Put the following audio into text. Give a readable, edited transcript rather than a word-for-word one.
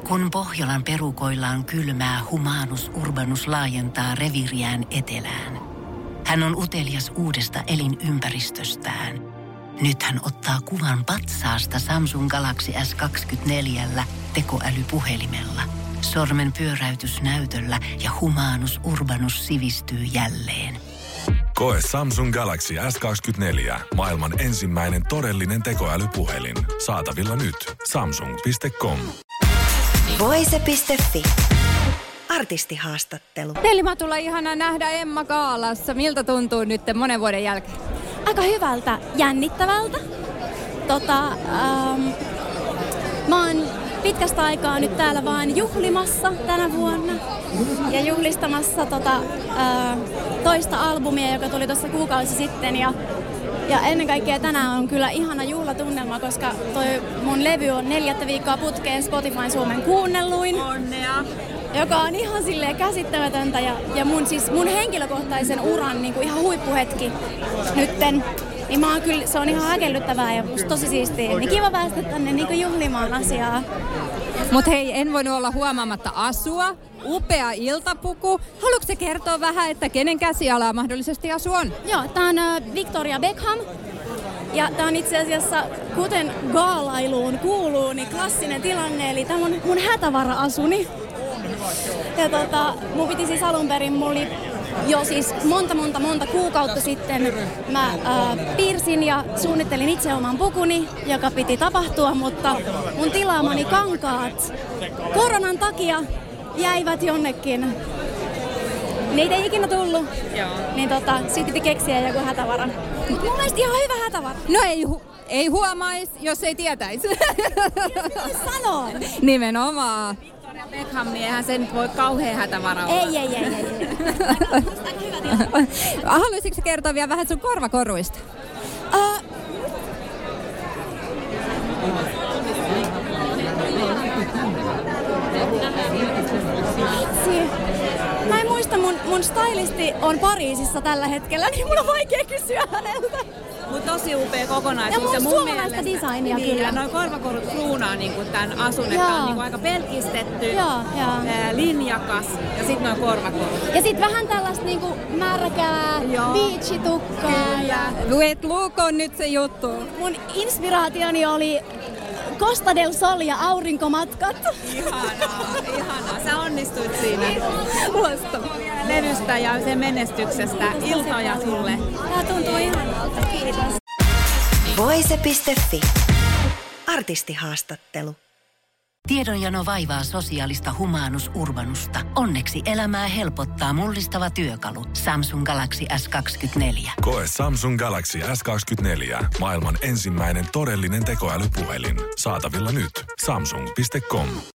Kun Pohjolan perukoillaan kylmää, Humanus Urbanus laajentaa reviiriään etelään. Hän on utelias uudesta elinympäristöstään. Nyt hän ottaa kuvan patsaasta Samsung Galaxy S24 tekoälypuhelimella. Sormen pyöräytys näytöllä ja Humanus Urbanus sivistyy jälleen. Koe Samsung Galaxy S24. Maailman ensimmäinen todellinen tekoälypuhelin. Saatavilla nyt. Samsung.com. Voise.fi. Artistihaastattelu. Veli-Matula, ihana nähdä Emma Gaalassa. Miltä tuntuu nyt monen vuoden jälkeen? Aika hyvältä, jännittävältä. Mä oon pitkästä aikaa nyt täällä vaan juhlimassa tänä vuonna. Ja juhlistamassa toista albumia, joka tuli tuossa kuukausi sitten. Ja ennen kaikkea tänään on kyllä ihana juhlatunnelma, koska toi mun levy on 4 viikkoa putkeen Spotifyn Suomen kuunnelluin. Onnea! Joka on ihan silleen käsittämätöntä ja mun henkilökohtaisen uran niin kuin ihan huippuhetki nytten. Niin mä oon kyllä, se on ihan häkellyttävää ja musta tosi siistiä. Niin kiva päästä tänne niin kuin juhlimaan asiaa. Mut hei, en voinut olla huomaamatta asua. Upea iltapuku. Haluatko se kertoa vähän, että kenen käsialaa mahdollisesti asu on? Joo, tää on Victoria Beckham. Ja tää on itse asiassa, kuten gaalailuun kuuluu, niin klassinen tilanne. Eli tää on mun hätävara-asuni. Ja mun piti siis alun perin, mulla oli jo siis monta kuukautta sitten mä piirsin ja suunnittelin itse oman pukuni, joka piti tapahtua, mutta mun tilaamani kankaat koronan takia jäivät jonnekin. Niitä ei ikinä tullut. Joo. Niin sit piti keksiä joku hätävara. Mun mielestä ihan hyvä hätävara. No ei huomais, jos ei tietäis. Sano! Nimenomaan. Beckham, niin eihän se nyt voi kauhean hätävara olla. Ei. Haluaisitko kertoa vielä vähän sun korvakoruista? Mä en muista, mun stylisti on Pariisissa tällä hetkellä, niin mun on vaikea kysyä häneltä. Mutta tosi upea kokonaisuus. Ja mun suomalaista designia niin, kyllä. Ja noi korvakorut kruunaa niinku tän asun, että on niinku aika pelkistetty, linjakas ja sit noi korvakorut. Ja sit vähän tällaista niinku märkää, beachitukkaa. Wet look on nyt se juttu. Mun inspiraationi oli Costa del Sol ja aurinkomatkat. Ihanaa. Sä onnistuit siinä. Loistavaa. Levystä ja sen menestyksestä. Iltoja sulle. Tää tuntuu ihanalta. Kiitos. Voise.fi. Artistihaastattelu. Tiedonjano vaivaa sosiaalista Humanus Urbanusta. Onneksi elämää helpottaa mullistava työkalu. Samsung Galaxy S24. Koe Samsung Galaxy S24. Maailman ensimmäinen todellinen tekoälypuhelin. Saatavilla nyt. Samsung.com.